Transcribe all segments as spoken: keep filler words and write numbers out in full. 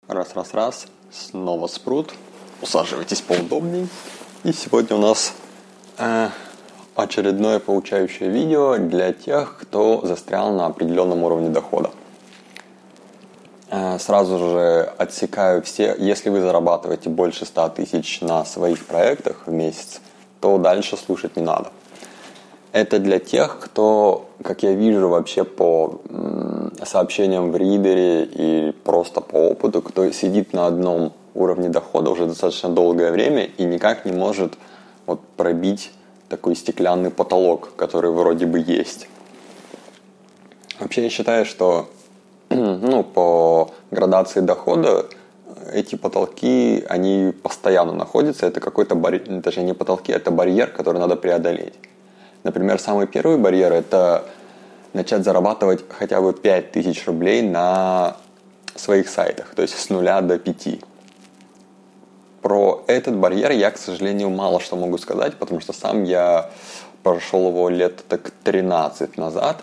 Раз, раз, раз. Снова Спрут. Усаживайтесь поудобней. И сегодня у нас э, очередное поучающее видео для тех, кто застрял на определенном уровне дохода. Э, сразу же отсекаю все. Если вы зарабатываете больше ста тысяч на своих проектах в месяц, то дальше слушать не надо. Это для тех, кто, как я вижу вообще по м, сообщениям в Ридере и просто по опыту, кто сидит на одном уровне дохода уже достаточно долгое время и никак не может вот, пробить такой стеклянный потолок, который вроде бы есть. Вообще я считаю, что ну, по градации дохода эти потолки, они постоянно находятся. Это какой-то барьер, даже не потолки, это барьер, который надо преодолеть. Например, самый первый барьер – это начать зарабатывать хотя бы пять тысяч рублей на своих сайтах, то есть с нуля до пяти. Про этот барьер я, к сожалению, мало что могу сказать, потому что сам я прошел его лет так тринадцать назад.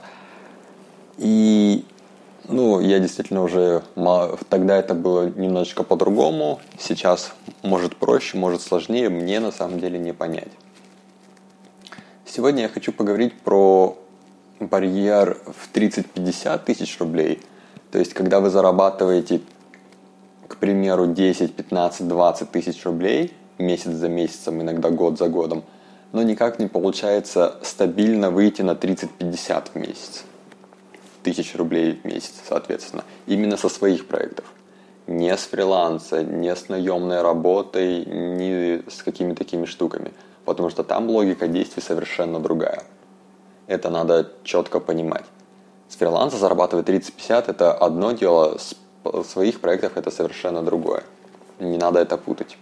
И ну, я действительно уже… Тогда это было немножечко по-другому. Сейчас может проще, может сложнее. Мне на самом деле не понять. Сегодня я хочу поговорить про барьер в тридцать-пятьдесят тысяч рублей. То есть, когда вы зарабатываете, к примеру, десять, пятнадцать, двадцать тысяч рублей месяц за месяцем, иногда год за годом, но никак не получается стабильно выйти на тридцать-пятьдесят в месяц. Тысяч рублей в месяц, соответственно. Именно со своих проектов. Не с фриланса, не с наемной работой, не с какими-то такими штуками. Потому что там логика действий совершенно другая. Это надо четко понимать. С фриланса зарабатывать тридцать-пятьдесят – это одно дело, с своих проектов это совершенно другое. Не надо это путать.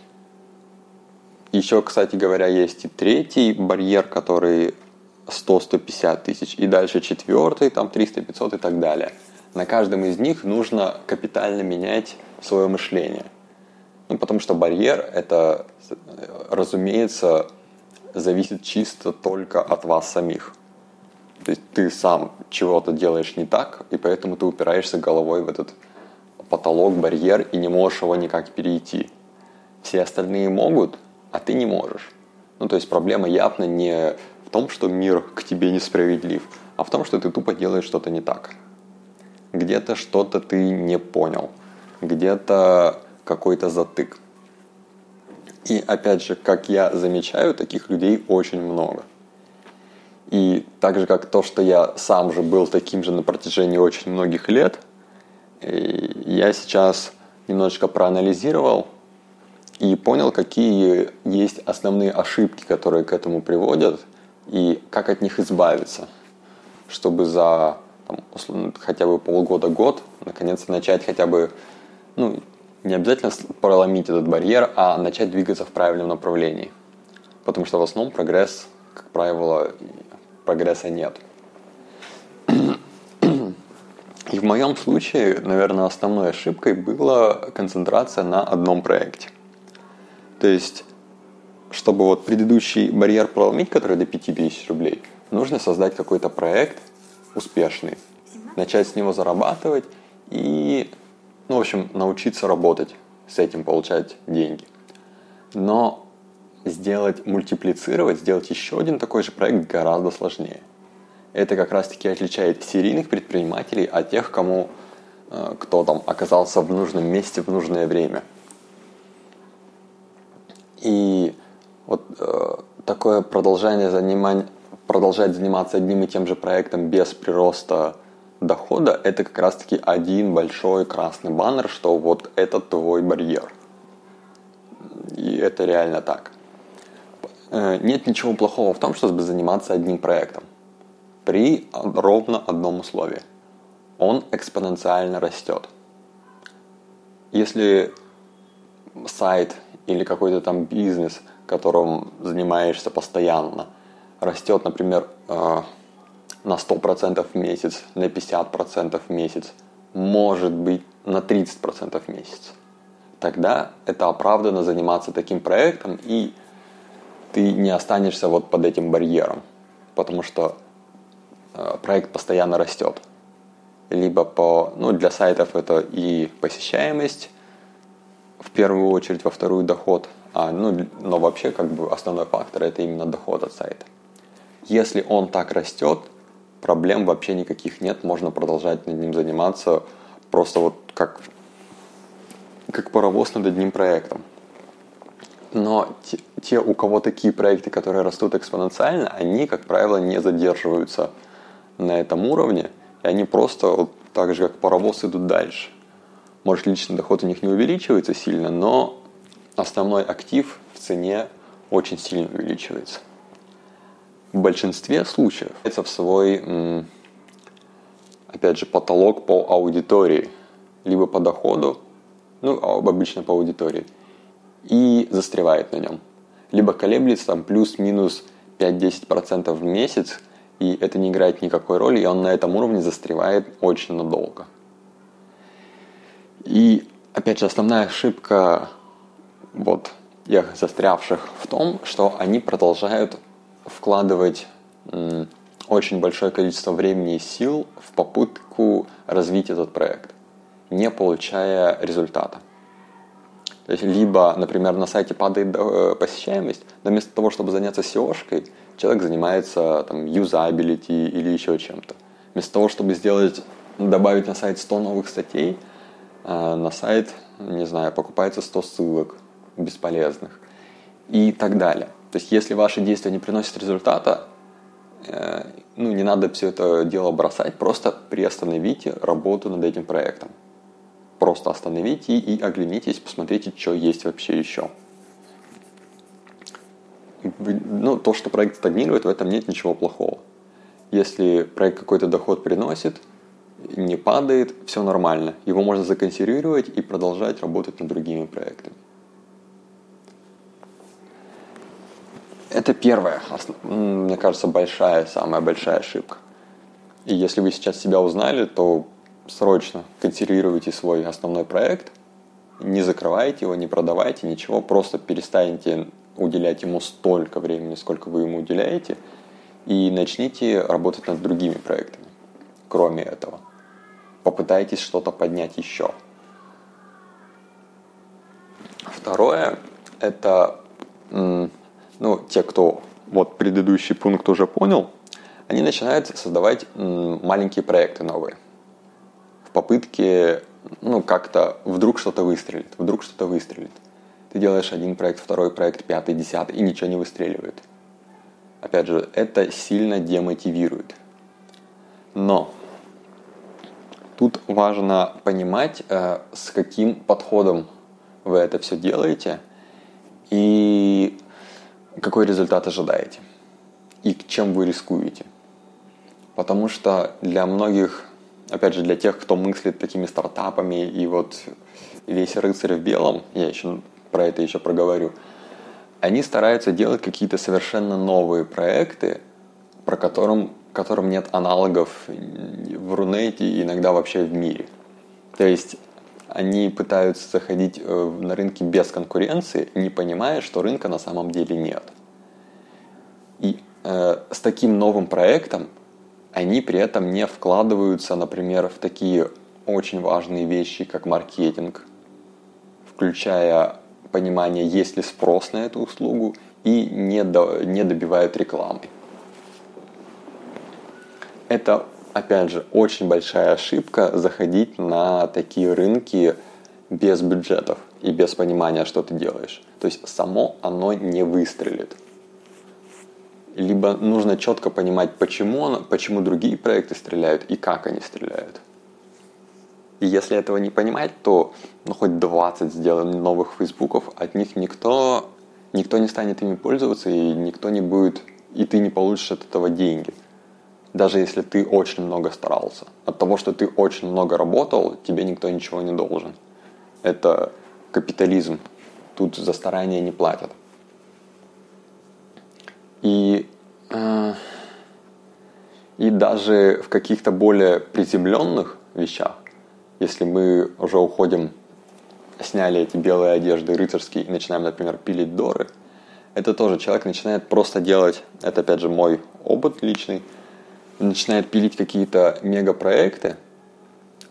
Еще, кстати говоря, есть и третий барьер, который сто-сто пятьдесят тысяч, и дальше четвертый, там триста-пятьсот и так далее. На каждом из них нужно капитально менять свое мышление. Ну, потому что барьер – это, разумеется, зависит чисто только от вас самих. То есть ты сам чего-то делаешь не так, и поэтому ты упираешься головой в этот потолок, барьер, и не можешь его никак перейти. Все остальные могут, а ты не можешь. Ну, то есть проблема явно не в том, что мир к тебе несправедлив, а в том, что ты тупо делаешь что-то не так. Где-то что-то ты не понял, где-то какой-то затык. И опять же, как я замечаю, таких людей очень много. И так же, как то, что я сам же был таким же на протяжении очень многих лет, я сейчас немножечко проанализировал и понял, какие есть основные ошибки, которые к этому приводят, и как от них избавиться, чтобы за там, условно, хотя бы полгода-год наконец-то начать хотя бы, ну, не обязательно проломить этот барьер, а начать двигаться в правильном направлении. Потому что в основном прогресс, как правило, прогресса нет. И в моем случае, наверное, основной ошибкой была концентрация на одном проекте. То есть, чтобы вот предыдущий барьер проломить, который до пяти тысяч рублей, нужно создать какой-то проект успешный, начать с него зарабатывать и, ну, в общем, научиться работать с этим, получать деньги. Но сделать, мультиплицировать, сделать еще один такой же проект гораздо сложнее. Это как раз-таки отличает серийных предпринимателей от тех, кому, кто там оказался в нужном месте в нужное время. И вот э, такое продолжение занимать, продолжать заниматься одним и тем же проектом без прироста дохода, это как раз-таки один большой красный баннер, что вот это твой барьер. И это реально так. Нет ничего плохого в том, чтобы заниматься одним проектом. При ровно одном условии. Он экспоненциально растет. Если сайт или какой-то там бизнес, которым занимаешься постоянно, растет, например, на сто процентов в месяц, на пятьдесят процентов в месяц, может быть на тридцать процентов в месяц, тогда это оправданно заниматься таким проектом, и ты не останешься вот под этим барьером, потому что проект постоянно растет. либо по, ну, для сайтов это и посещаемость, в первую очередь, во вторую доход, а, ну, но вообще как бы основной фактор это именно доход от сайта. Если он так растет, проблем вообще никаких нет, можно продолжать над ним заниматься просто вот как, как паровоз над одним проектом. Но те, те, у кого такие проекты, которые растут экспоненциально, они, как правило, не задерживаются на этом уровне, и они просто вот так же, как паровоз, идут дальше. Может, личный доход у них не увеличивается сильно, но основной актив в цене очень сильно увеличивается. В большинстве случаев это в свой, опять же, потолок по аудитории, либо по доходу, ну, обычно по аудитории, и застревает на нем. Либо колеблется там плюс-минус пять-десять процентов в месяц, и это не играет никакой роли, и он на этом уровне застревает очень надолго. И, опять же, основная ошибка вот тех застрявших в том, что они продолжают вкладывать м, очень большое количество времени и сил в попытку развить этот проект, не получая результата. То есть, либо, например, на сайте падает посещаемость, но вместо того, чтобы заняться сео-шкой, человек занимается там, юзабилити или еще чем-то. Вместо того, чтобы сделать, добавить на сайт сто новых статей, на сайт, не знаю, покупается сто ссылок бесполезных и так далее. То есть, если ваши действия не приносят результата, э, ну, не надо все это дело бросать, просто приостановите работу над этим проектом. Просто остановите и оглянитесь, посмотрите, что есть вообще еще. Ну, то, что проект стагнирует, в этом нет ничего плохого. Если проект какой-то доход приносит, не падает, все нормально. Его можно законсервировать и продолжать работать над другими проектами. Это первая, мне кажется, большая, самая большая ошибка. И если вы сейчас себя узнали, то срочно консервируйте свой основной проект, не закрывайте его, не продавайте ничего, просто перестаньте уделять ему столько времени, сколько вы ему уделяете, и начните работать над другими проектами, кроме этого. Попытайтесь что-то поднять еще. Второе, это, ну, те, кто вот предыдущий пункт уже понял, они начинают создавать маленькие проекты новые. В попытке, ну, как-то вдруг что-то выстрелит, вдруг что-то выстрелит. Ты делаешь один проект, второй проект, пятый, десятый, и ничего не выстреливает. Опять же, это сильно демотивирует. Но тут важно понимать, э, с каким подходом вы это все делаете и какой результат ожидаете, и чем вы рискуете. Потому что для многих, опять же, для тех, кто мыслит такими стартапами, и вот весь рыцарь в белом, я еще про это еще проговорю, они стараются делать какие-то совершенно новые проекты, про которым, которым нет аналогов в Рунете и иногда вообще в мире. То есть они пытаются заходить на рынки без конкуренции, не понимая, что рынка на самом деле нет. И э, с таким новым проектом они при этом не вкладываются, например, в такие очень важные вещи, как маркетинг, включая понимание, есть ли спрос на эту услугу, и не, до, не добивают рекламы. Это, опять же, очень большая ошибка заходить на такие рынки без бюджетов и без понимания, что ты делаешь. То есть само оно не выстрелит. Либо нужно четко понимать, почему, оно, почему другие проекты стреляют и как они стреляют. И если этого не понимать, то ну, хоть двадцать сделаем новых фейсбуков, от них никто, никто не станет ими пользоваться, и никто не будет, и ты не получишь от этого деньги. Даже если ты очень много старался. От того, что ты очень много работал, тебе никто ничего не должен. Это капитализм. Тут за старания не платят. И, э, и даже в каких-то более приземленных вещах, если мы уже уходим, сняли эти белые одежды рыцарские и начинаем, например, пилить доры, это тоже человек начинает просто делать, это опять же мой опыт личный, начинает пилить какие-то мегапроекты,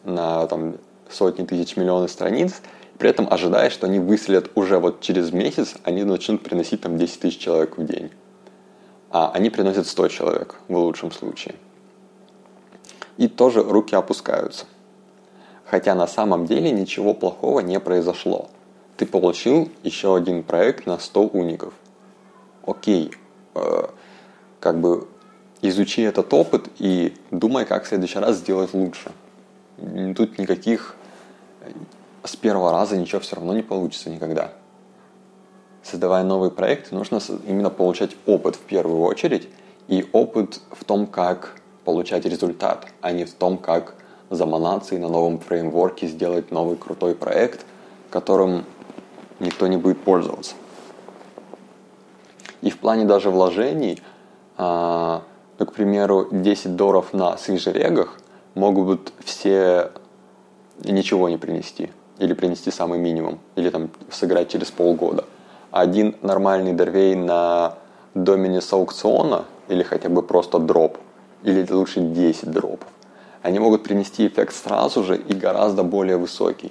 на там, сотни тысяч, миллионы страниц, при этом ожидая, что они выстрелят уже вот через месяц, они начнут приносить там десять тысяч человек в день. А они приносят сто человек в лучшем случае. И тоже руки опускаются. Хотя на самом деле ничего плохого не произошло. Ты получил еще один проект на сто уников. Окей, э, как бы изучи этот опыт и думай, как в следующий раз сделать лучше. Тут никаких... С первого раза ничего все равно не получится никогда. Создавая новый проект, нужно именно получать опыт в первую очередь. И опыт в том, как получать результат, а не в том, как заманаться и на новом фреймворке сделать новый крутой проект, которым никто не будет пользоваться. И в плане даже вложений, а, ну, к примеру, десять долларов на свежерегах могут все ничего не принести. Или принести самый минимум. Или там сыграть через полгода. А один нормальный дорвей на домене с аукциона, или хотя бы просто дроп, или лучше десять дропов, они могут принести эффект сразу же и гораздо более высокий.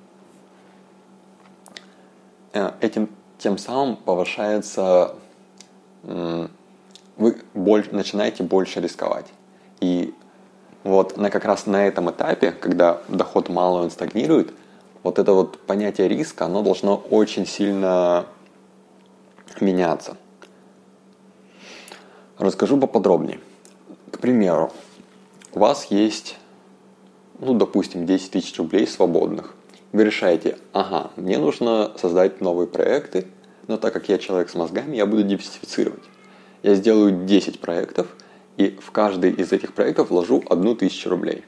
Этим тем самым повышается, вы больше, начинаете больше рисковать. И вот на, как раз на этом этапе, когда доход мало, он стагнирует, вот это вот понятие риска, оно должно очень сильно меняться. Расскажу поподробнее. К примеру, у вас есть, ну, допустим, десять тысяч рублей свободных. Вы решаете, ага, мне нужно создать новые проекты, но так как я человек с мозгами, я буду диверсифицировать. Я сделаю десять проектов, и в каждый из этих проектов вложу одну тысячу рублей.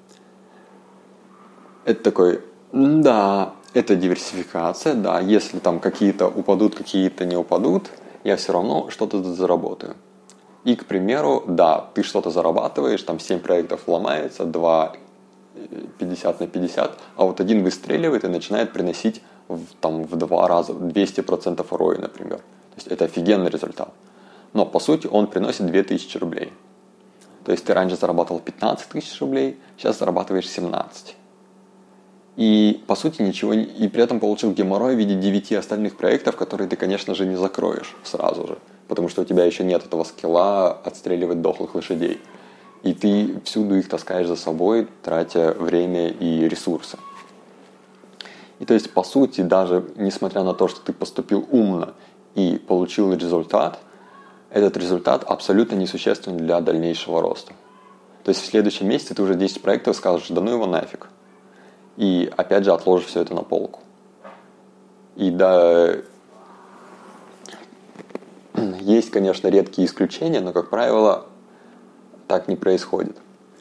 Это такой, да, это диверсификация, да, если там какие-то упадут, какие-то не упадут, я все равно что-то заработаю. И, к примеру, да, ты что-то зарабатываешь, там семь проектов ломается, два пятьдесят на пятьдесят, а вот один выстреливает и начинает приносить в, там, в два раза, двести процентов эр о и, например. То есть это офигенный результат. Но, по сути, он приносит две тысячи рублей. То есть ты раньше зарабатывал пятнадцать тысяч рублей, сейчас зарабатываешь семнадцать. И, по сути, ничего не... И при этом получил геморрой в виде девяти остальных проектов, которые ты, конечно же, не закроешь сразу же. Потому что у тебя еще нет этого скилла отстреливать дохлых лошадей. И ты всюду их таскаешь за собой, тратя время и ресурсы. И то есть, по сути, даже несмотря на то, что ты поступил умно и получил результат, этот результат абсолютно несущественен для дальнейшего роста. То есть в следующем месяце ты уже десять проектов скажешь, да ну его нафиг. И опять же отложишь все это на полку. И да, есть, конечно, редкие исключения, но, как правило, так не происходит.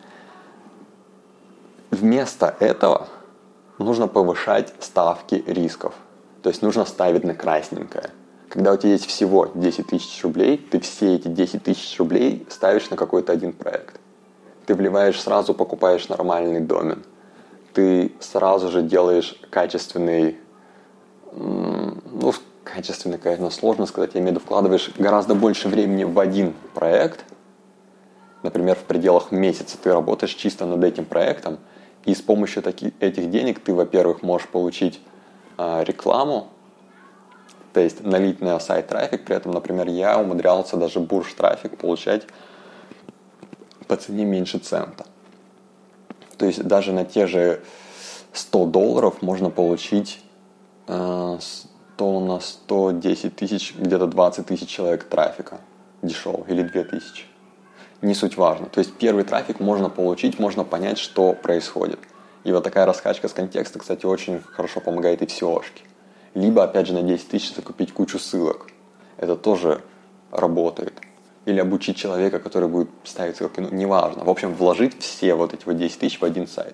Вместо этого нужно повышать ставки рисков. То есть нужно ставить на красненькое. Когда у тебя есть всего десять тысяч рублей, ты все эти десять тысяч рублей ставишь на какой-то один проект. Ты вливаешь сразу, покупаешь нормальный домен. Ты сразу же делаешь качественный, ну, качественный, конечно, сложно сказать, я имею в виду, вкладываешь гораздо больше времени в один проект. Например, в пределах месяца ты работаешь чисто над этим проектом, и с помощью таки, этих денег ты, во-первых, можешь получить э, рекламу, то есть налить на сайт трафик. При этом, например, я умудрялся даже бурж-трафик получать по цене меньше цента. То есть даже на те же сто долларов можно получить э, сто на сто десять тысяч, где-то двадцать тысяч человек трафика дешевого, или две тысячи. Не суть важно. То есть первый трафик можно получить, можно понять, что происходит. И вот такая раскачка с контекста, кстати, очень хорошо помогает и в сеошке. Либо, опять же, на десять тысяч закупить кучу ссылок. Это тоже работает. Или обучить человека, который будет ставить ссылки. Ну, неважно. В общем, вложить все вот эти вот десять тысяч в один сайт.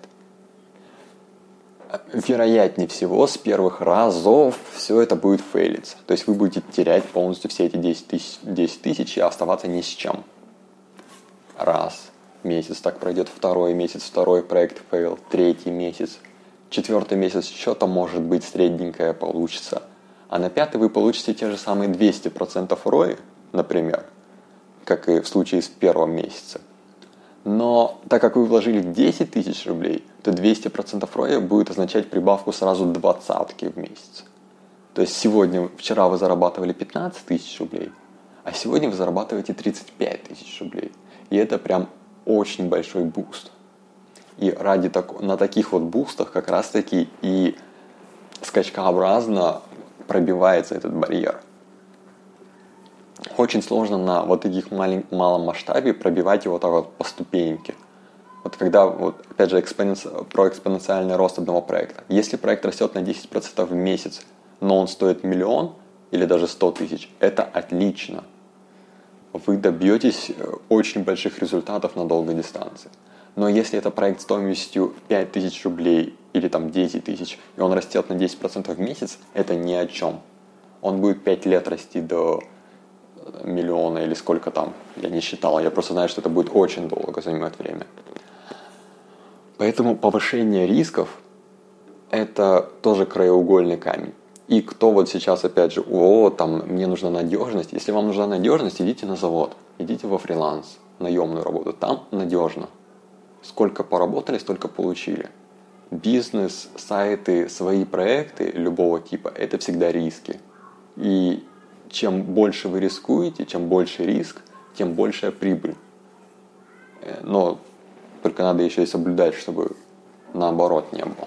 Вероятнее всего, с первых разов все это будет фейлиться. То есть вы будете терять полностью все эти десять тысяч, десять тысяч и оставаться ни с чем. Раз. Месяц так пройдет, второй месяц, второй проект фейл, третий месяц. Четвертый месяц что-то может быть средненькое получится. А на пятый вы получите те же самые двести процентов эр о и, например, как и в случае с первым месяцем. Но так как вы вложили десять тысяч рублей, то двести процентов роя будет означать прибавку сразу двадцатки в месяц. То есть сегодня, вчера вы зарабатывали пятнадцать тысяч рублей, а сегодня вы зарабатываете тридцать пять тысяч рублей. И это прям очень большой буст. И ради так, на таких вот бустах как раз таки и скачкообразно пробивается этот барьер. Очень сложно на вот таких малень, малом масштабе пробивать его так вот по ступеньке. Вот когда, вот, опять же, экспоненци... про экспоненциальный рост одного проекта. Если проект растет на десять процентов в месяц, но он стоит миллион или даже сто тысяч, это отлично. Вы добьетесь очень больших результатов на долгой дистанции. Но если это проект стоимостью пять тысяч рублей или там десять тысяч, и он растет на десять процентов в месяц, это ни о чем. Он будет пять лет расти до миллиона или сколько там, я не считал, я просто знаю, что это будет очень долго, займет время. Поэтому повышение рисков – это тоже краеугольный камень. И кто вот сейчас опять же, о, там, мне нужна надежность. Если вам нужна надежность, идите на завод, идите во фриланс, наемную работу, там надежно. Сколько поработали, столько получили. Бизнес, сайты, свои проекты любого типа – это всегда риски. И чем больше вы рискуете, чем больше риск, тем большая прибыль. Но только надо еще и соблюдать, чтобы наоборот не было.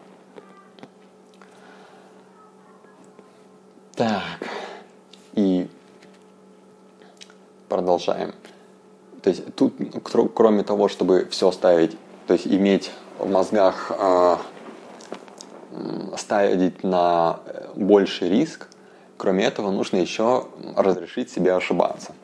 Так, и продолжаем. То есть тут, кроме того, чтобы все ставить, то есть иметь в мозгах, э, ставить на больший риск, кроме этого нужно еще разрешить себе ошибаться.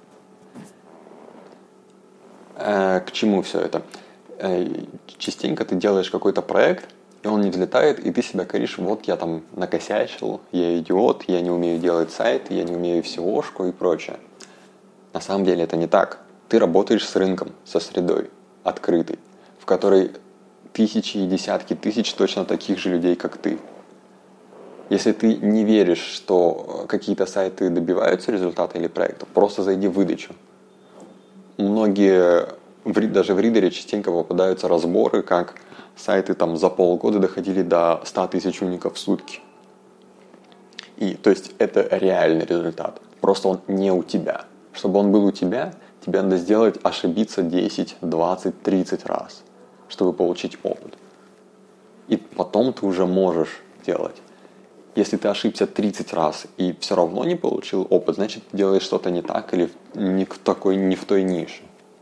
Э, к чему все это? Э, частенько ты делаешь какой-то проект, и он не взлетает, и ты себя коришь, вот я там накосячил, я идиот, я не умею делать сайт, я не умею сеошку и прочее. На самом деле это не так. Ты работаешь с рынком, со средой, открытой, в которой тысячи и десятки тысяч точно таких же людей, как ты. Если ты не веришь, что какие-то сайты добиваются результата или проекта, просто зайди в выдачу. Многие, даже в Ридере частенько попадаются разборы, как сайты там за полгода доходили до ста тысяч уников в сутки. И, то есть это реальный результат. Просто он не у тебя. Чтобы он был у тебя, тебе надо сделать, ошибиться десять, двадцать, тридцать раз, чтобы получить опыт. И потом ты уже можешь делать. Если ты ошибся тридцать раз и все равно не получил опыт, значит ты делаешь что-то не так или не в, такой, не в той нише.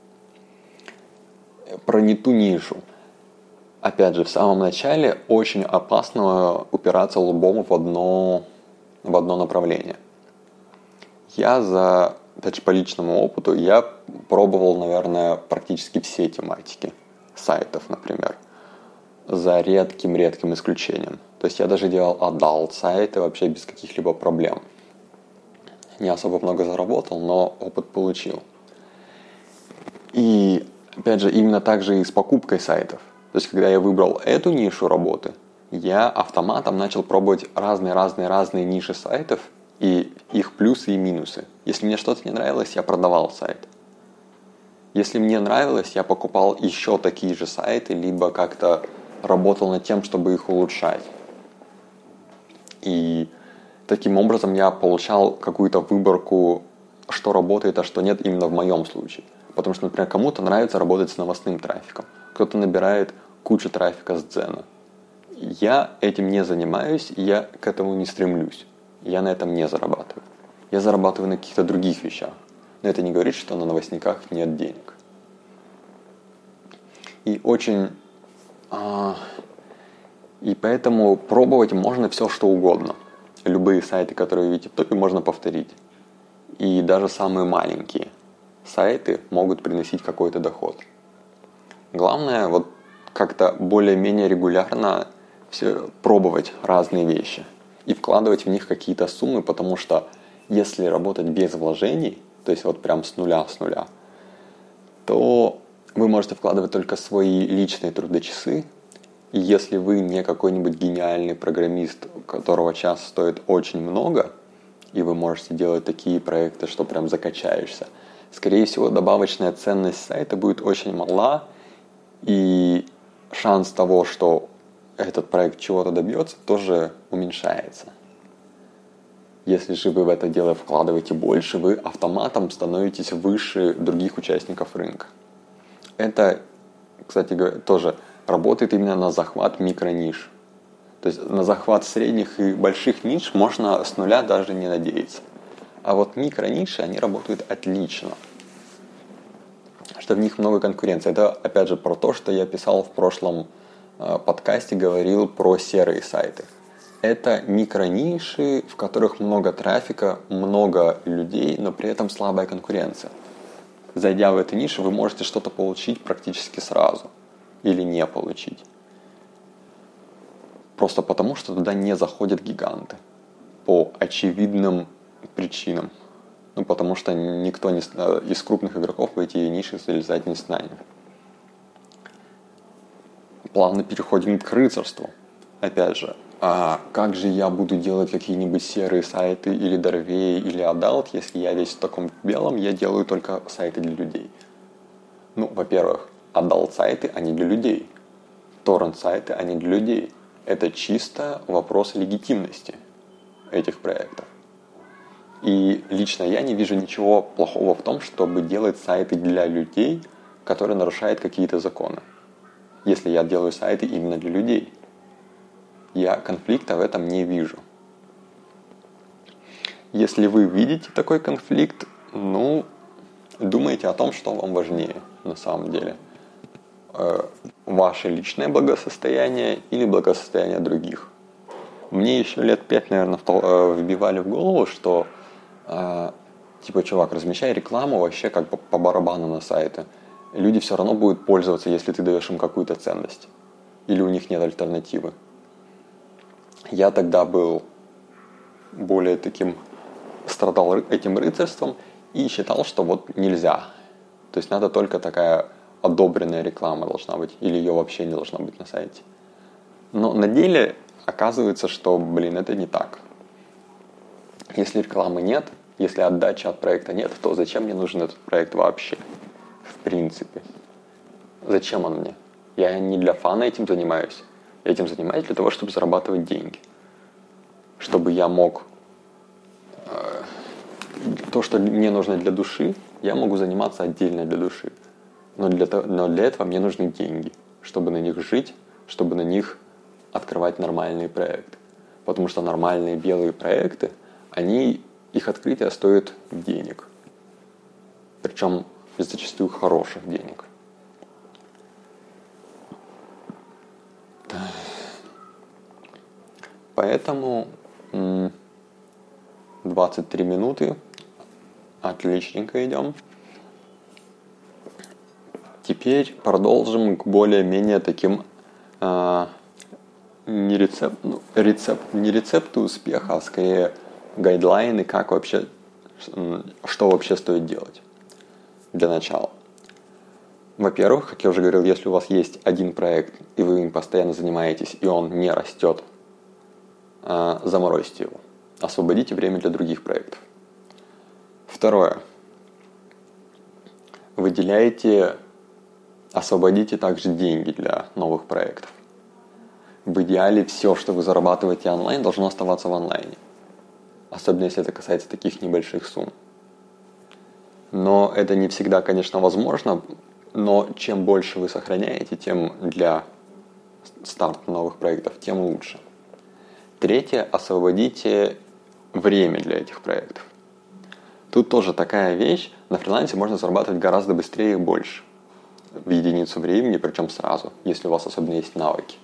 Про не ту нишу. Опять же, в самом начале очень опасно упираться лбом в одно, в одно направление. Я за, опять же, по личному опыту, я пробовал, наверное, практически все тематики сайтов, например, за редким-редким исключением. То есть я даже делал adult сайты вообще без каких-либо проблем. Не особо много заработал, но опыт получил. И, опять же, именно так же и с покупкой сайтов. То есть, когда я выбрал эту нишу работы, я автоматом начал пробовать разные-разные-разные ниши сайтов и их плюсы и минусы. Если мне что-то не нравилось, я продавал сайт. Если мне нравилось, я покупал еще такие же сайты, либо как-то работал над тем, чтобы их улучшать. И таким образом я получал какую-то выборку, что работает, а что нет именно в моем случае. Потому что, например, кому-то нравится работать с новостным трафиком, кто-то набирает кучу трафика с Дзена. Я этим не занимаюсь, и я к этому не стремлюсь. Я на этом не зарабатываю. Я зарабатываю на каких-то других вещах. Но это не говорит, что на новостниках нет денег. И очень... А, и поэтому пробовать можно все, что угодно. Любые сайты, которые вы видите в топе, можно повторить. И даже самые маленькие сайты могут приносить какой-то доход. Главное, вот как-то более-менее регулярно все пробовать разные вещи и вкладывать в них какие-то суммы, потому что если работать без вложений, то есть вот прям с нуля, с нуля, то вы можете вкладывать только свои личные трудочасы, и если вы не какой-нибудь гениальный программист, у которого час стоит очень много, и вы можете делать такие проекты, что прям закачаешься, скорее всего, добавочная ценность сайта будет очень мала, и шанс того, что этот проект чего-то добьется, тоже уменьшается. Если же вы в это дело вкладываете больше, вы автоматом становитесь выше других участников рынка. Это, кстати говоря, тоже работает именно на захват микрониш. То есть на захват средних и больших ниш можно с нуля даже не надеяться. А вот микрониши, они работают отлично. Что в них много конкуренции. Это, опять же, про то, что я писал в прошлом э, подкасте, говорил про серые сайты. Это микрониши, в которых много трафика, много людей, но при этом слабая конкуренция. Зайдя в эту нишу, вы можете что-то получить практически сразу. Или не получить. Просто потому, что туда не заходят гиганты. По очевидным причинам. Ну, потому что никто не, из крупных игроков в эти ниши залезать не станет. Плавно переходим к рыцарству. Опять же, а как же я буду делать какие-нибудь серые сайты или Дорвей, или Adalt, если я весь в таком белом, я делаю только сайты для людей? Ну, во-первых, Adalt сайты, они для людей. Торрент сайты, они для людей. Это чисто вопрос легитимности этих проектов. И лично я не вижу ничего плохого в том, чтобы делать сайты для людей, которые нарушают какие-то законы. Если я делаю сайты именно для людей. Я конфликта в этом не вижу. Если вы видите такой конфликт, ну, думайте о том, что вам важнее на самом деле. Ваше личное благосостояние или благосостояние других. Мне еще лет пять, наверное, вбивали в голову, что типа, чувак, размещай рекламу вообще как по, по барабану на сайте. Люди все равно будут пользоваться, если ты даешь им какую-то ценность. Или у них нет альтернативы. Я тогда был более таким, страдал этим рыцарством и считал, что вот нельзя. То есть надо только такая одобренная реклама должна быть, или ее вообще не должно быть на сайте. Но на деле оказывается, что, блин, это не так. Если рекламы нет, если отдачи от проекта нет, то зачем мне нужен этот проект вообще? В принципе. Зачем он мне? Я не для фана этим занимаюсь. Я этим занимаюсь для того, чтобы зарабатывать деньги. Чтобы я мог... Э, то, что мне нужно для души, я могу заниматься отдельно для души. Но для, но для этого мне нужны деньги. Чтобы на них жить, чтобы на них открывать нормальные проекты. Потому что нормальные белые проекты, они, их открытие стоит денег. Причем зачастую хороших денег. Поэтому двадцать три минуты. Отличненько идем. Теперь продолжим к более-менее таким э, не, рецепт, ну, рецепт, не рецепты успеха, а скорее гайдлайны, как вообще, что вообще стоит делать для начала. Во-первых, как я уже говорил, если у вас есть один проект, и вы им постоянно занимаетесь, и он не растет, э, заморозьте его. Освободите время для других проектов. Второе. Выделяйте, освободите также деньги для новых проектов. В идеале все, что вы зарабатываете онлайн, должно оставаться в онлайне. Особенно если это касается таких небольших сумм. Но это не всегда, конечно, возможно. Но чем больше вы сохраняете, тем для старта новых проектов, тем лучше. Третье. Освободите время для этих проектов. Тут тоже такая вещь. На фрилансе можно зарабатывать гораздо быстрее и больше. В единицу времени, причем сразу, если у вас особенно есть навыки.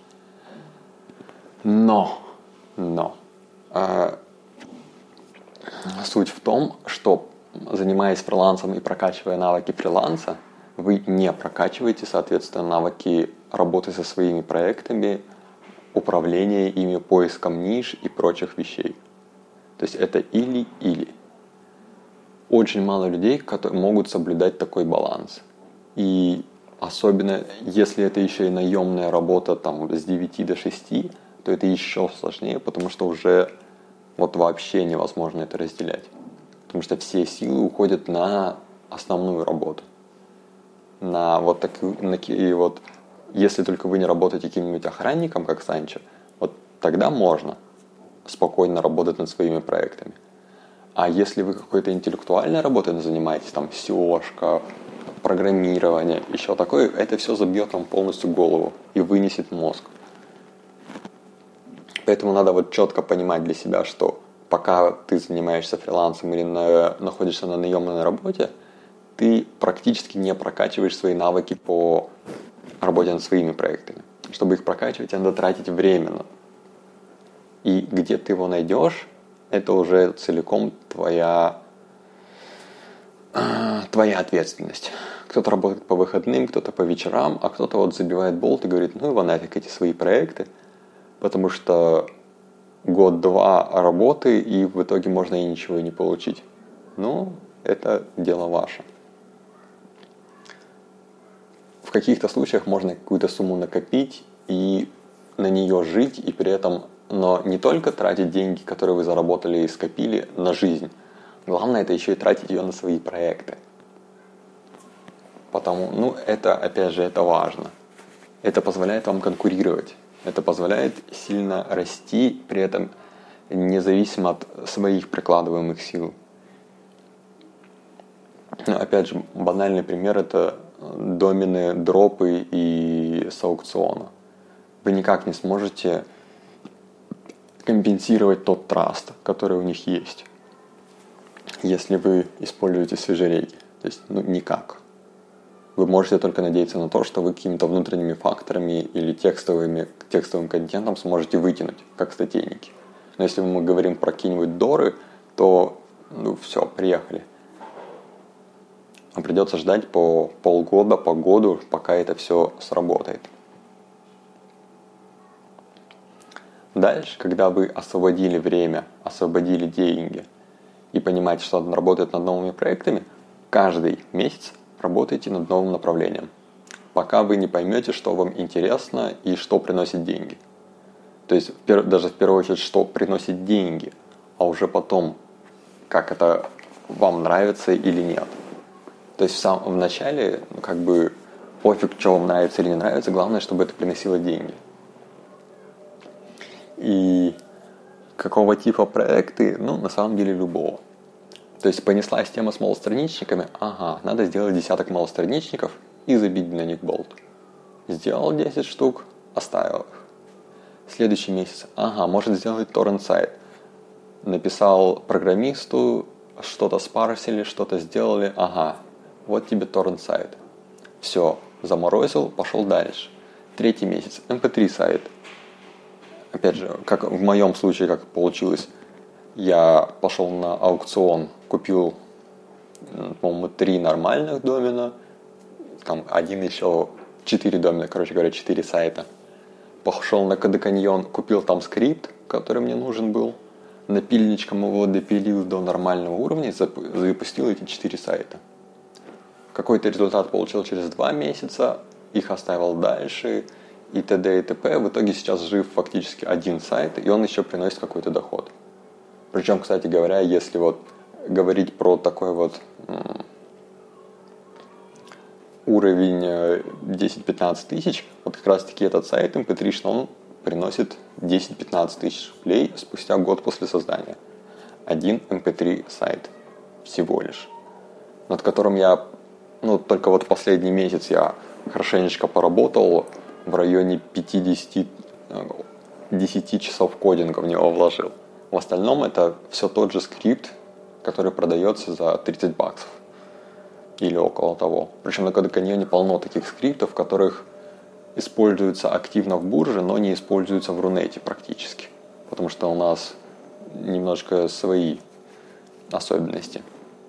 Но, но, э, суть в том, что, занимаясь фрилансом и прокачивая навыки фриланса, вы не прокачиваете, соответственно, навыки работы со своими проектами, управления ими, поиском ниш и прочих вещей. То есть это или-или. Очень мало людей, которые могут соблюдать такой баланс. И особенно, если это еще и наемная работа там, с девяти до шести, то это еще сложнее, потому что уже вот вообще невозможно это разделять. Потому что все силы уходят на основную работу. На вот такие, на, и вот, если только вы не работаете каким-нибудь охранником, как Санчо, вот тогда можно спокойно работать над своими проектами. А если вы какой-то интеллектуальной работой занимаетесь, там, сеошка, программирование, еще такое, это все забьет вам полностью голову и вынесет мозг. Поэтому надо вот четко понимать для себя, что пока ты занимаешься фрилансом или на, находишься на наемной работе, ты практически не прокачиваешь свои навыки по работе над своими проектами. Чтобы их прокачивать, надо тратить время. И где ты его найдешь, это уже целиком твоя, твоя ответственность. Кто-то работает по выходным, кто-то по вечерам, а кто-то вот забивает болт и говорит, ну его нафиг эти свои проекты, потому что год-два работы, и в итоге можно и ничего не получить. Ну, это дело ваше. В каких-то случаях можно какую-то сумму накопить и на нее жить, и при этом, но не только тратить деньги, которые вы заработали и скопили, на жизнь. Главное, это еще и тратить ее на свои проекты. Потому, ну, это, опять же, это важно. Это позволяет вам конкурировать. Это позволяет сильно расти, при этом независимо от своих прикладываемых сил. Ну, опять же, банальный пример – это домены, дропы и с аукциона. Вы никак не сможете компенсировать тот траст, который у них есть, если вы используете свежерейки. То есть, ну, никак. Вы можете только надеяться на то, что вы какими-то внутренними факторами или текстовыми, текстовым контентом сможете вытянуть, как статейники. Но если мы говорим про какие-нибудь доры, то, ну, все, приехали. Вам придется ждать по полгода, по году, пока это все сработает. Дальше, когда вы освободили время, освободили деньги и понимаете, что надо работать над новыми проектами, каждый месяц работайте над новым направлением, пока вы не поймете, что вам интересно и что приносит деньги. То есть даже в первую очередь, что приносит деньги, а уже потом, как это вам нравится или нет. То есть в самом начале, ну, как бы пофиг, что вам нравится или не нравится, главное, чтобы это приносило деньги. И какого типа проекты? Ну, на самом деле, любого. То есть понеслась тема с малостраничниками, ага, надо сделать десяток малостраничников и забить на них болт. Сделал десять штук, оставил их. Следующий месяц, ага, может сделать торрент-сайт. Написал программисту, что-то спарсили, что-то сделали, ага, вот тебе торрент-сайт. Все, заморозил, пошел дальше. Третий месяц, эм пэ три сайт. Опять же, как в моем случае, как получилось, я пошел на аукцион, купил, по-моему, три нормальных домена, там один еще, четыре домена, короче говоря, четыре сайта. Пошел на Кодеканьон, купил там скрипт, который мне нужен был, напильничком его допилил до нормального уровня и запустил эти четыре сайта. Какой-то результат получил через два месяца, их оставил дальше, и т.д. и т.п. В итоге сейчас жив фактически один сайт, и он еще приносит какой-то доход. Причем, кстати говоря, если вот говорить про такой вот м- уровень десять-пятнадцать тысяч, вот как раз таки этот сайт эм пэ три, он приносит десять-пятнадцать тысяч рублей спустя год после создания. Один эм пэ три сайт всего лишь, над которым я, ну, только вот последний месяц я хорошенечко поработал, в районе пятьдесят часов кодинга в него вложил. В остальном это все тот же скрипт, который продается за тридцать баксов. Или около того. Причем на Кодеканьоне полно таких скриптов, которых используются активно в бурже, но не используются в Рунете практически. Потому что у нас немножко свои особенности.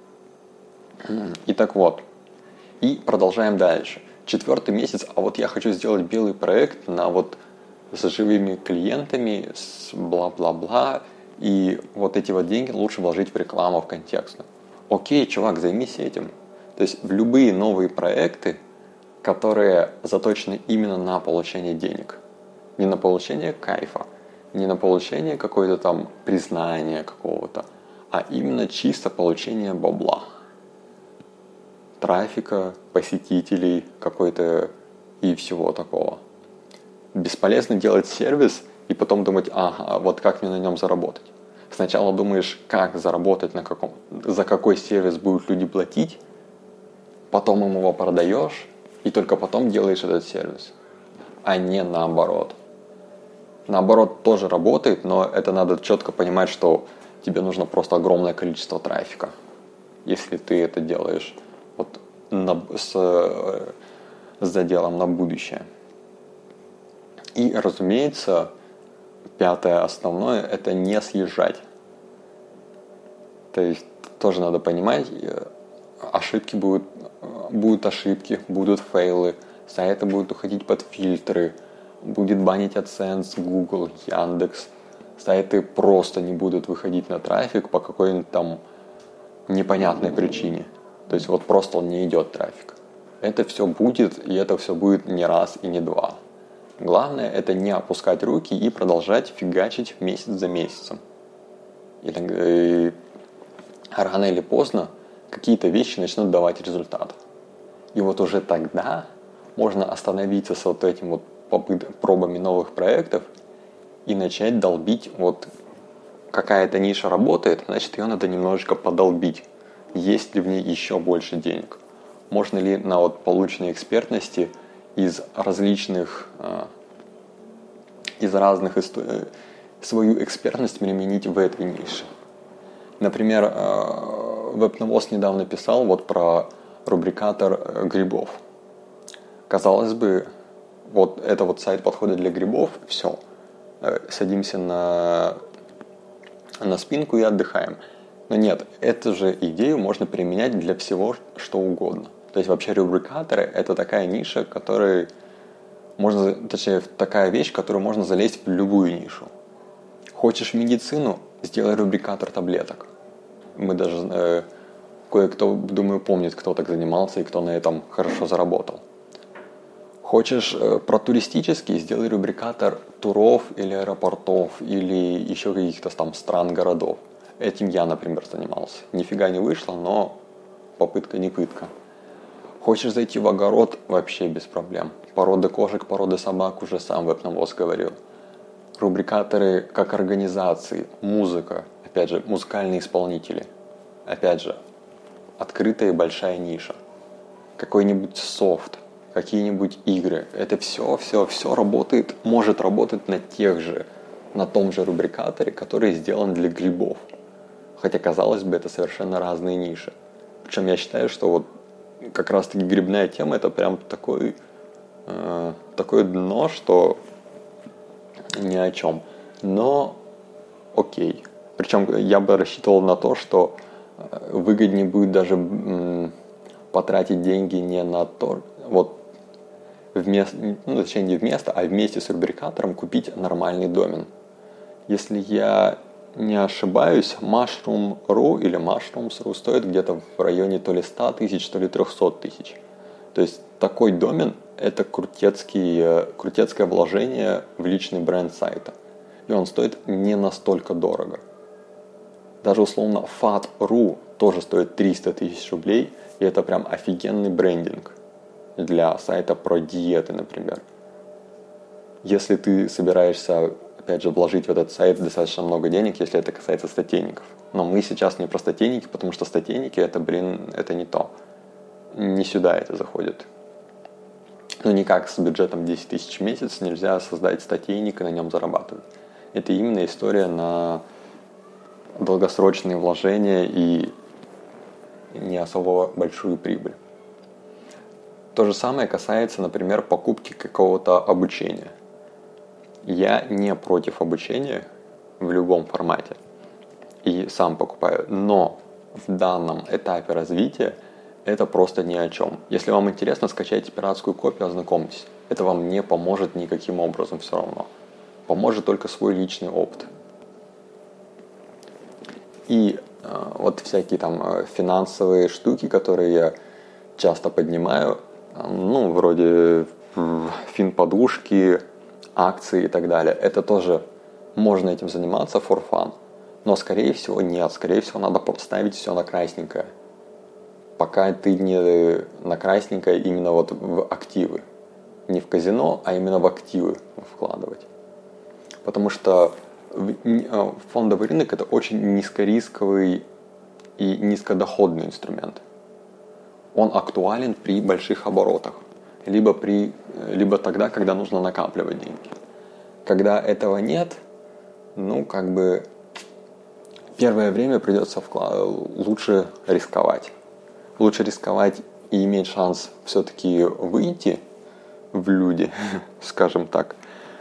Итак, вот. И продолжаем дальше. Четвертый месяц, а вот я хочу сделать белый проект на вот с живыми клиентами, с бла-бла-бла, и вот эти вот деньги лучше вложить в рекламу, в контекст. Окей, чувак, займись этим. То есть в любые новые проекты, которые заточены именно на получение денег. Не на получение кайфа, не на получение какое-то там признания какого-то, а именно чисто получение бабла. трафика, посетителей какой-то и всего такого. Бесполезно делать сервис и потом думать, ага, вот как мне на нем заработать. Сначала думаешь, как заработать, на каком, за какой сервис будут люди платить, потом им его продаешь, и только потом делаешь этот сервис, а не наоборот. Наоборот тоже работает, но это надо четко понимать, что тебе нужно просто огромное количество трафика, если ты это делаешь вот на, с, с заделом на будущее. И, разумеется, пятое основное – это не съезжать. То есть тоже надо понимать, ошибки будут, будут ошибки, будут фейлы, сайты будут уходить под фильтры, будет банить AdSense, Google, Яндекс. Сайты просто не будут выходить на трафик по какой-нибудь там непонятной причине. То есть вот просто он не идет трафик. Это все будет, и это все будет не раз и не два. Главное это не опускать руки и продолжать фигачить месяц за месяцем. И, и рано или поздно какие-то вещи начнут давать результат. И вот уже тогда можно остановиться с вот этим вот пробами новых проектов и начать долбить. Вот какая-то ниша работает, значит ее надо немножечко подолбить. Есть ли в ней еще больше денег? Можно ли на вот полученной экспертности из различных, э, из разных историй свою экспертность применить в этой нише? Например, э, Веб-Новоз недавно писал вот про рубрикатор грибов. Казалось бы, вот это вот сайт подходит для грибов, все, э, садимся на, на спинку и отдыхаем. Но нет, эту же идею можно применять для всего, что угодно. То есть вообще рубрикаторы – это такая ниша, которой можно, точнее, такая вещь, в которую можно залезть в любую нишу. Хочешь медицину – сделай рубрикатор таблеток. Мы даже, э, кое-кто, думаю, помнит, кто так занимался и кто на этом хорошо заработал. Хочешь э, про туристический – сделай рубрикатор туров или аэропортов, или еще каких-то там стран, городов. Этим я, например, занимался. Нифига не вышло, но попытка не пытка. Хочешь зайти в огород – вообще без проблем. Породы кошек, породы собак уже сам Веб-Новоз говорил. Рубрикаторы как организации, музыка, опять же, музыкальные исполнители. Опять же, открытая и большая ниша. Какой-нибудь софт, какие-нибудь игры. Это все, все, все работает, может работать на тех же, на том же рубрикаторе, который сделан для грибов. Хотя, казалось бы, это совершенно разные ниши. Причем я считаю, что вот как раз-таки грибная тема – это прям такой, э, такое дно, что ни о чем. Но окей. Причем я бы рассчитывал на то, что выгоднее будет даже м, потратить деньги не на то, вот вместо, ну, точнее не вместо, а вместе с рубрикатором купить нормальный домен. Если я не ошибаюсь, Mushroom точка ру или Mushrooms точка ру стоит где-то в районе то ли сто тысяч, то ли триста тысяч. То есть такой домен – это крутецкий, крутецкое вложение в личный бренд сайта. И он стоит не настолько дорого. Даже условно фат точка ру тоже стоит триста тысяч рублей, и это прям офигенный брендинг для сайта про диеты, например. Если ты собираешься, опять же, вложить в этот сайт достаточно много денег, если это касается статейников. Но мы сейчас не про статейники, потому что статейники это, блин, это не то. Не сюда это заходит. Ну, никак с бюджетом десять тысяч в месяц нельзя создать статейник и на нем зарабатывать. Это именно история на долгосрочные вложения и не особо большую прибыль. То же самое касается, например, покупки какого-то обучения. Я не против обучения в любом формате и сам покупаю, но в данном этапе развития это просто ни о чем. Если вам интересно, скачайте пиратскую копию, ознакомьтесь. Это вам не поможет никаким образом все равно. Поможет только свой личный опыт. И э, вот всякие там финансовые штуки, которые я часто поднимаю, э, ну, вроде э, финподушки, акции и так далее. Это тоже можно этим заниматься for fun. Но, скорее всего, нет. Скорее всего, надо поставить все на красненькое. пока ты не на красненькое именно вот в активы. Не в казино, а именно в активы вкладывать. Потому что фондовый рынок – это очень низкорисковый и низкодоходный инструмент. Он актуален при больших оборотах, либо, при, либо тогда, когда нужно накапливать деньги. Когда этого нет, ну, как бы, первое время придется вклад... лучше рисковать. Лучше рисковать и иметь шанс все-таки выйти в люди, скажем так,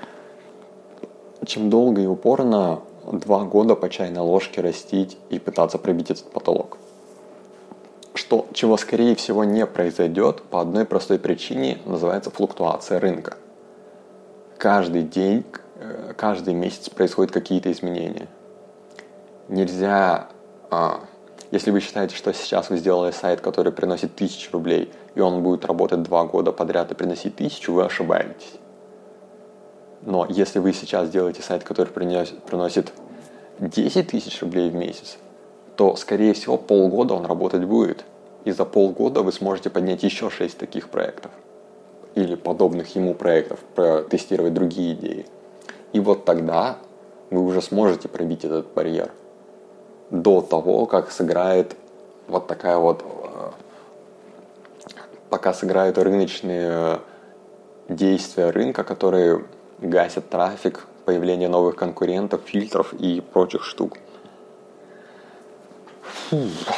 чем долго и упорно два года по чайной ложке растить и пытаться пробить этот потолок. Что, чего скорее всего не произойдет по одной простой причине, называется флуктуация рынка. Каждый день, каждый месяц происходят какие-то изменения. Нельзя, если вы считаете, что сейчас вы сделали сайт, который приносит тысячу рублей, и он будет работать два года подряд и приносить тысячу, вы ошибаетесь. Но если вы сейчас делаете сайт, который приносит, приносит десять тысяч рублей в месяц, то, скорее всего, полгода он работать будет. И за полгода вы сможете поднять еще шесть таких проектов. Или подобных ему проектов, протестировать другие идеи. И вот тогда вы уже сможете пробить этот барьер. До того, как сыграет вот такая вот... Пока сыграют рыночные действия рынка, которые гасят трафик, появление новых конкурентов, фильтров и прочих штук. Фу.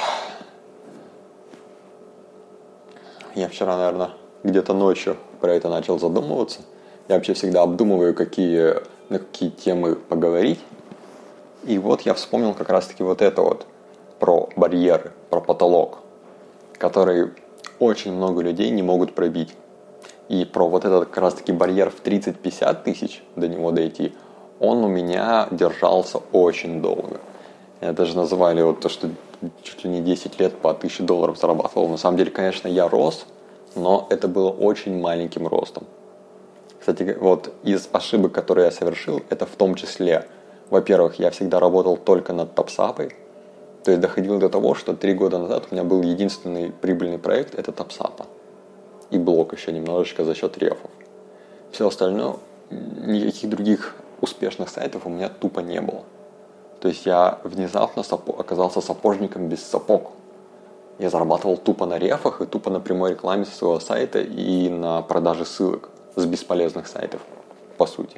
Я вчера, наверное, где-то ночью про это начал задумываться. Я вообще всегда обдумываю, какие, на какие темы поговорить. И вот я вспомнил как раз-таки вот это вот про барьеры, про потолок, который очень много людей не могут пробить. И про вот этот как раз-таки барьер в тридцать-пятьдесят тысяч, до него дойти, он у меня держался очень долго. Я даже называли вот то, что чуть ли не десять лет по тысяче долларов зарабатывал. На самом деле, конечно, я рос, но это было очень маленьким ростом. Кстати, вот из ошибок, которые я совершил, это в том числе, во-первых, я всегда работал только над TopSap. То есть доходило до того, что три года назад у меня был единственный прибыльный проект, это TopSap. И блог еще немножечко за счет рефов. Все остальное, никаких других успешных сайтов у меня тупо не было. То есть я внезапно сапо- оказался сапожником без сапог. Я зарабатывал тупо на рефах и тупо на прямой рекламе со своего сайта и на продаже ссылок с бесполезных сайтов, по сути.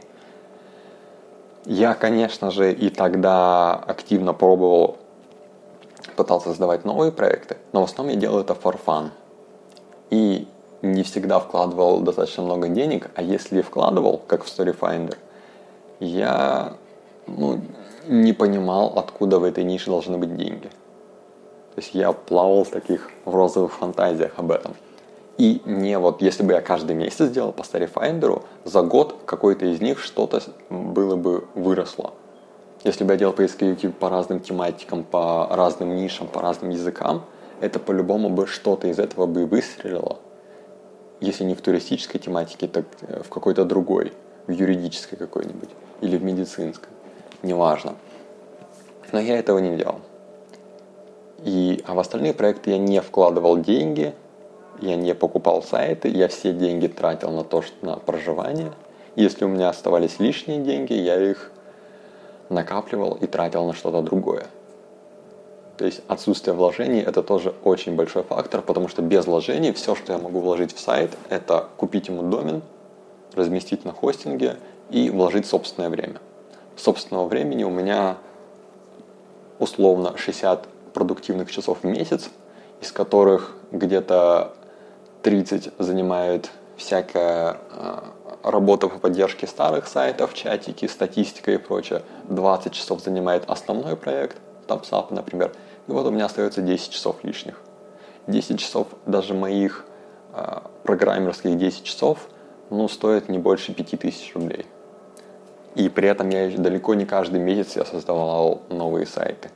Я, конечно же, и тогда активно пробовал, пытался создавать новые проекты, но в основном я делал это for fun. И не всегда вкладывал достаточно много денег, а если вкладывал, как в StoryFinder, я ну, не понимал, откуда в этой нише должны быть деньги. То есть я плавал в таких в розовых фантазиях об этом. И не вот, если бы я каждый месяц делал по StoryFinder, за год какой-то из них что-то было бы выросло. Если бы я делал поисковики по разным тематикам, по разным нишам, по разным языкам, это по-любому бы что-то из этого бы выстрелило. Если не в туристической тематике, так в какой-то другой, в юридической какой-нибудь или в медицинской, неважно. Но я этого не делал. И, а в остальные проекты я не вкладывал деньги, я не покупал сайты, я все деньги тратил на то, что на проживание. Если у меня оставались лишние деньги, я их накапливал и тратил на что-то другое. То есть отсутствие вложений – это тоже очень большой фактор, потому что без вложений все, что я могу вложить в сайт, это купить ему домен, разместить на хостинге и вложить собственное время. Собственного времени у меня условно шестьдесят продуктивных часов в месяц, из которых где-то тридцать занимает всякая работа по поддержке старых сайтов, чатики, статистика и прочее. двадцать часов занимает основной проект, TopSap, например. И вот у меня остается десять часов лишних. десять часов даже моих э, программерских десять часов ну, стоит не больше пять тысяч рублей. И при этом я далеко не каждый месяц я создавал новые сайты.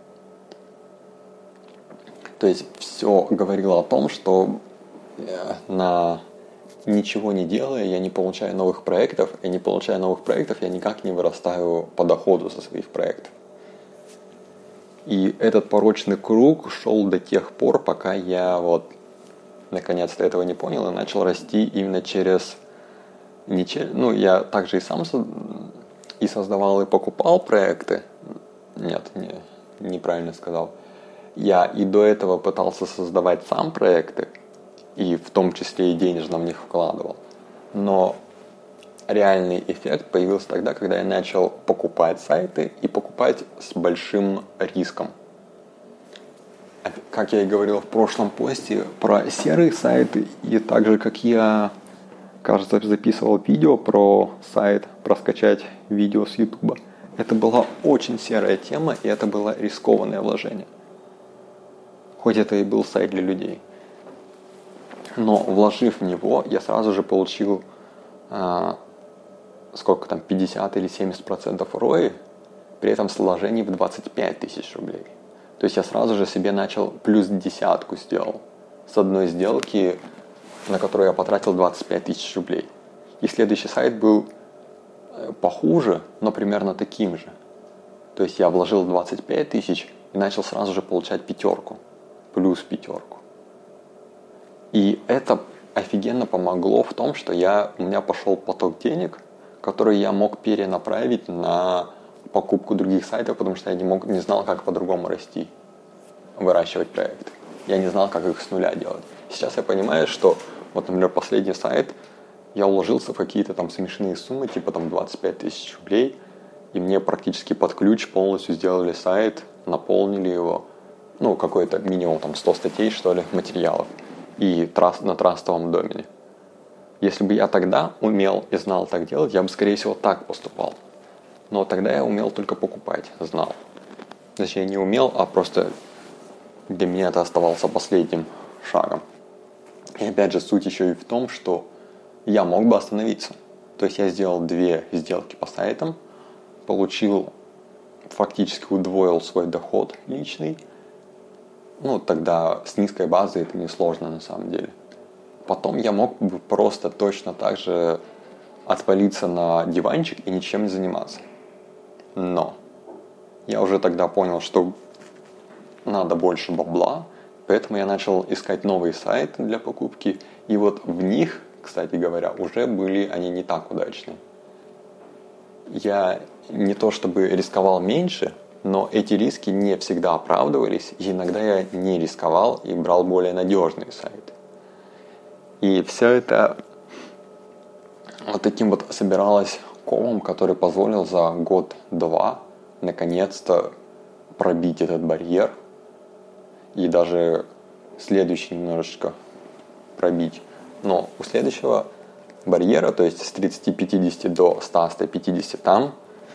То есть все говорило о том, что на ничего не делая, я не получаю новых проектов, и не получая новых проектов, я никак не вырастаю по доходу со своих проектов. И этот порочный круг шел до тех пор, пока я вот наконец-то этого не понял и начал расти именно через... Не через ну, я также и сам со, и создавал, и покупал проекты. Нет, не, неправильно сказал. Я и до этого пытался создавать сам проекты, и в том числе и денежно в них вкладывал. Но реальный эффект появился тогда, когда я начал покупать сайты и покупать с большим риском. Как я и говорил в прошлом посте про серые сайты, и так же, как я, кажется, записывал видео про сайт, про скачать видео с YouTube. Это была очень серая тема, и это было рискованное вложение. Хоть это и был сайт для людей. Но вложив в него, я сразу же получил э, сколько там, пятьдесят или семьдесят процентов эр о и, при этом с вложений в двадцать пять тысяч рублей. То есть я сразу же себе начал плюс десятку сделал с одной сделки, на которую я потратил двадцать пять тысяч рублей. И следующий сайт был похуже, но примерно таким же. То есть я вложил двадцать пять тысяч и начал сразу же получать пятерку, плюс пятерку. И это офигенно помогло в том, что я, у меня пошел поток денег, который я мог перенаправить на покупку других сайтов, потому что я не, мог, не знал, как по-другому расти, выращивать проекты. Я не знал, как их с нуля делать. Сейчас я понимаю, что, вот, например, последний сайт, я уложился в какие-то там смешные суммы, типа там двадцать пять тысяч рублей, и мне практически под ключ полностью сделали сайт, наполнили его, ну, какой-то минимум там сто статей, что ли, материалов, и трас, на трастовом домене. Если бы я тогда умел и знал так делать, я бы, скорее всего, так поступал. Но тогда я умел только покупать, знал. Точнее, не умел, а просто для меня это оставался последним шагом. И опять же, суть еще и в том, что я мог бы остановиться. То есть я сделал две сделки по сайтам, получил, фактически удвоил свой доход личный. Ну, тогда с низкой базой это несложно на самом деле. Потом я мог бы просто точно так же отвалиться на диванчик и ничем не заниматься. Но я уже тогда понял, что надо больше бабла, поэтому я начал искать новые сайты для покупки. И вот в них, кстати говоря, уже были они не так удачные. Я не то чтобы рисковал меньше, но эти риски не всегда оправдывались, и иногда я не рисковал и брал более надежные сайты. И все это вот таким вот собиралось комом, который позволил за год-два наконец-то пробить этот барьер и даже следующий немножечко пробить. Но у следующего барьера, то есть с тридцати пятидесяти до ста - ста пятидесяти, там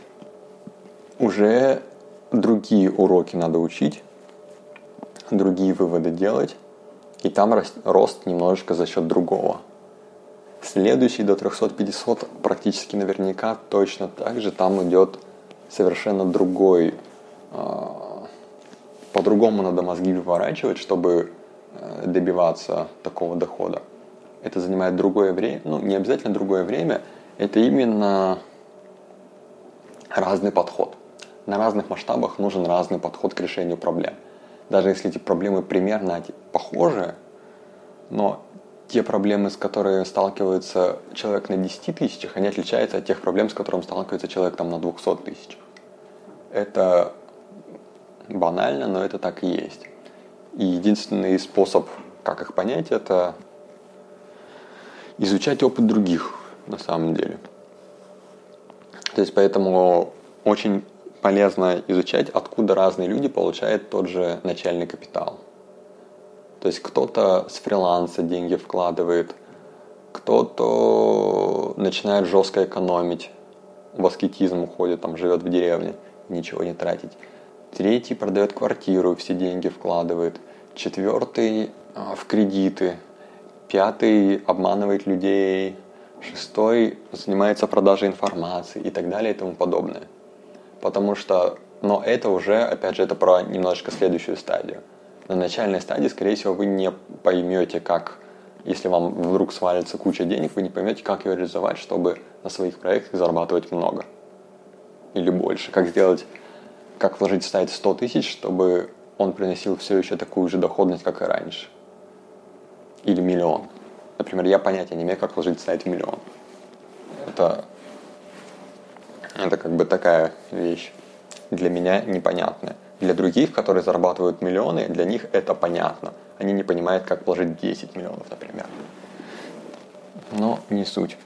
уже другие уроки надо учить, другие выводы делать, и там рост немножечко за счет другого. Следующий до трехсот пятисот практически наверняка точно так же, там идет совершенно другой, э, по-другому надо мозги выворачивать, чтобы э, добиваться такого дохода. Это занимает другое время, ну не обязательно другое время, это именно разный подход. На разных масштабах нужен разный подход к решению проблем. Даже если эти проблемы примерно похожи, но те проблемы, с которыми сталкивается человек на десяти тысячах, они отличаются от тех проблем, с которыми сталкивается человек там, на двухсот тысячах. Это банально, но это так и есть. И единственный способ, как их понять, это изучать опыт других на самом деле. То есть поэтому очень полезно изучать, откуда разные люди получают тот же начальный капитал. То есть кто-то с фриланса деньги вкладывает, кто-то начинает жестко экономить, в аскетизм уходит, там живет в деревне, ничего не тратить. Третий продает квартиру, все деньги вкладывает. Четвертый в кредиты. Пятый обманывает людей. Шестой занимается продажей информации и так далее и тому подобное. Потому что, но это уже, опять же, это про немножечко следующую стадию. На начальной стадии, скорее всего, вы не поймете, как, если вам вдруг свалится куча денег, вы не поймете, как ее реализовать, чтобы на своих проектах зарабатывать много или больше. Как сделать как вложить в сайт сто тысяч, чтобы он приносил все еще такую же доходность, как и раньше. Или миллион. Например, я понятия не имею, как вложить в сайт в миллион. Это, это как бы такая вещь для меня непонятная. Для других, которые зарабатывают миллионы, для них это понятно. Они не понимают, как вложить десять миллионов, например. Но не суть.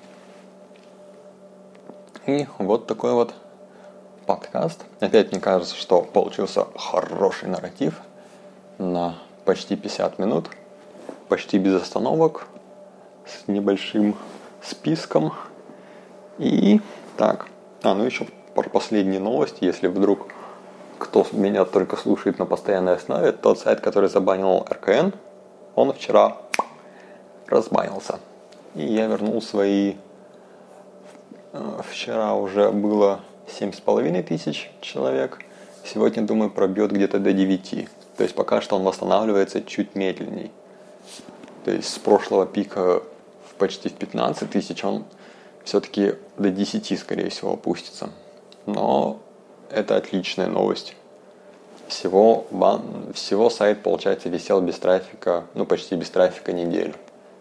И вот такой вот подкаст. Опять мне кажется, что получился хороший нарратив на почти пятьдесят минут. Почти без остановок. С небольшим списком. И так. А, ну еще про последние новости. Если вдруг кто меня только слушает на постоянной основе, тот сайт, который забанил эр ка эн, он вчера разбанился. И я вернул свои... Вчера уже было семь с половиной тысяч человек. Сегодня, думаю, пробьет где-то до девяти. То есть пока что он восстанавливается чуть медленней. То есть с прошлого пика почти в пятнадцать тысяч он все-таки до десяти, скорее всего, опустится. Но это отличная новость. Всего, бан... Всего сайт, получается, висел без трафика, ну почти без трафика неделю.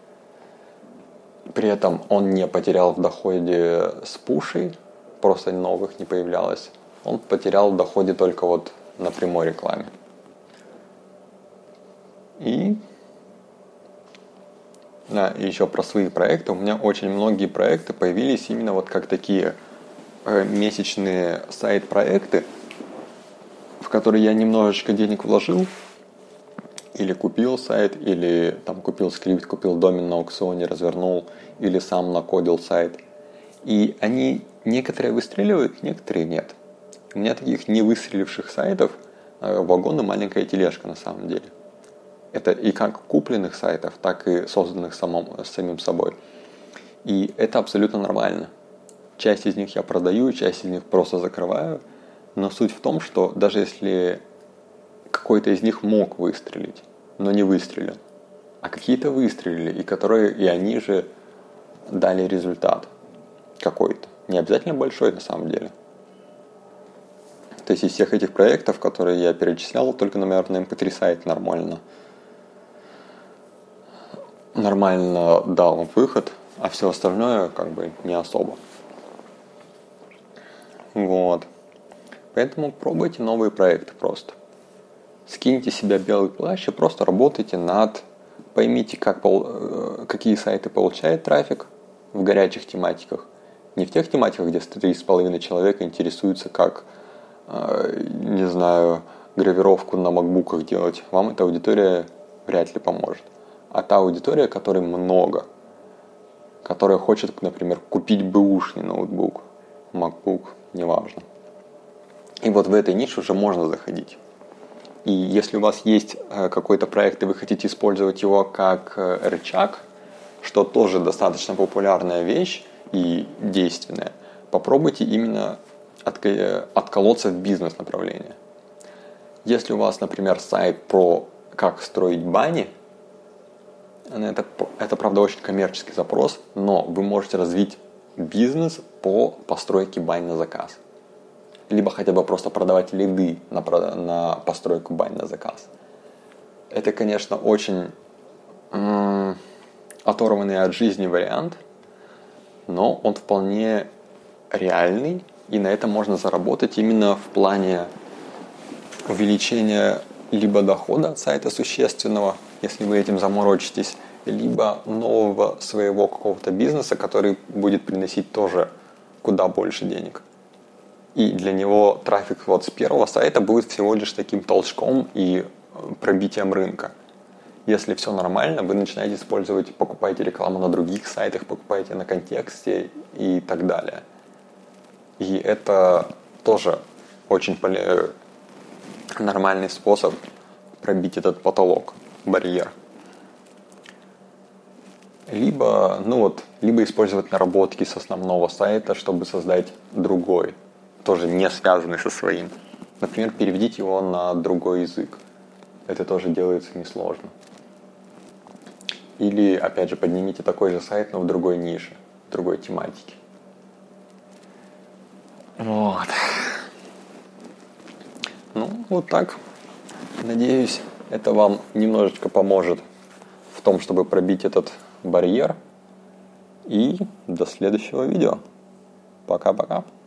При этом он не потерял в доходе с пушей, просто новых не появлялось. Он потерял в доходе только вот на прямой рекламе. И, да, и еще про свои проекты. У меня очень многие проекты появились именно вот как такие э, месячные сайт-проекты, в которые я немножечко денег вложил, или купил сайт, или там купил скрипт, купил домен на аукционе, развернул, или сам накодил сайт. И они, некоторые выстреливают, некоторые нет. У меня таких не выстреливших сайтов э, вагон и маленькая тележка на самом деле. Это и как купленных сайтов, так и созданных самом, самим собой. И это абсолютно нормально. Часть из них я продаю, часть из них просто закрываю. Но суть в том, что даже если какой-то из них мог выстрелить, но не выстрелил, а какие-то выстрелили, и которые и они же дали результат какой-то. Не обязательно большой на самом деле. То есть из всех этих проектов, которые я перечислял, только, наверное, эм пэ три сайт нормально нормально дал выход, а все остальное как бы не особо. Вот. Поэтому пробуйте новые проекты просто. Скиньте себя белый плащ и просто работайте над... Поймите, как, какие сайты получают трафик в горячих тематиках. Не в тех тематиках, где три с половиной человека интересуются, как, не знаю, гравировку на макбуках делать. Вам эта аудитория вряд ли поможет. А та аудитория, которой много, которая хочет, например, купить бэушный ноутбук, MacBook, неважно. И вот в этой нише уже можно заходить. И если у вас есть какой-то проект, и вы хотите использовать его как рычаг, что тоже достаточно популярная вещь и действенная, попробуйте именно отколоться в бизнес-направление. Если у вас, например, сайт про как строить бани, это, это, правда, очень коммерческий запрос, но вы можете развить бизнес по постройке бань на заказ. Либо хотя бы просто продавать лиды на, на постройку бань на заказ. Это, конечно, очень м- оторванный от жизни вариант, но он вполне реальный, и на этом можно заработать именно в плане увеличения либо дохода от сайта существенного, если вы этим заморочитесь, либо нового своего какого-то бизнеса, который будет приносить тоже куда больше денег. И для него трафик вот с первого сайта будет всего лишь таким толчком и пробитием рынка. Если все нормально, вы начинаете использовать, покупаете рекламу на других сайтах, покупаете на контексте и так далее. И это тоже очень поле... нормальный способ пробить этот потолок, барьер. Либо, ну вот, либо использовать наработки с основного сайта, чтобы создать другой, тоже не связанный со своим. Например, переведите его на другой язык. Это тоже делается несложно. Или, опять же, поднимите такой же сайт, но в другой нише, в другой тематике. Вот. Ну, вот так. Надеюсь, это вам немножечко поможет в том, чтобы пробить этот барьер. И до следующего видео. Пока-пока.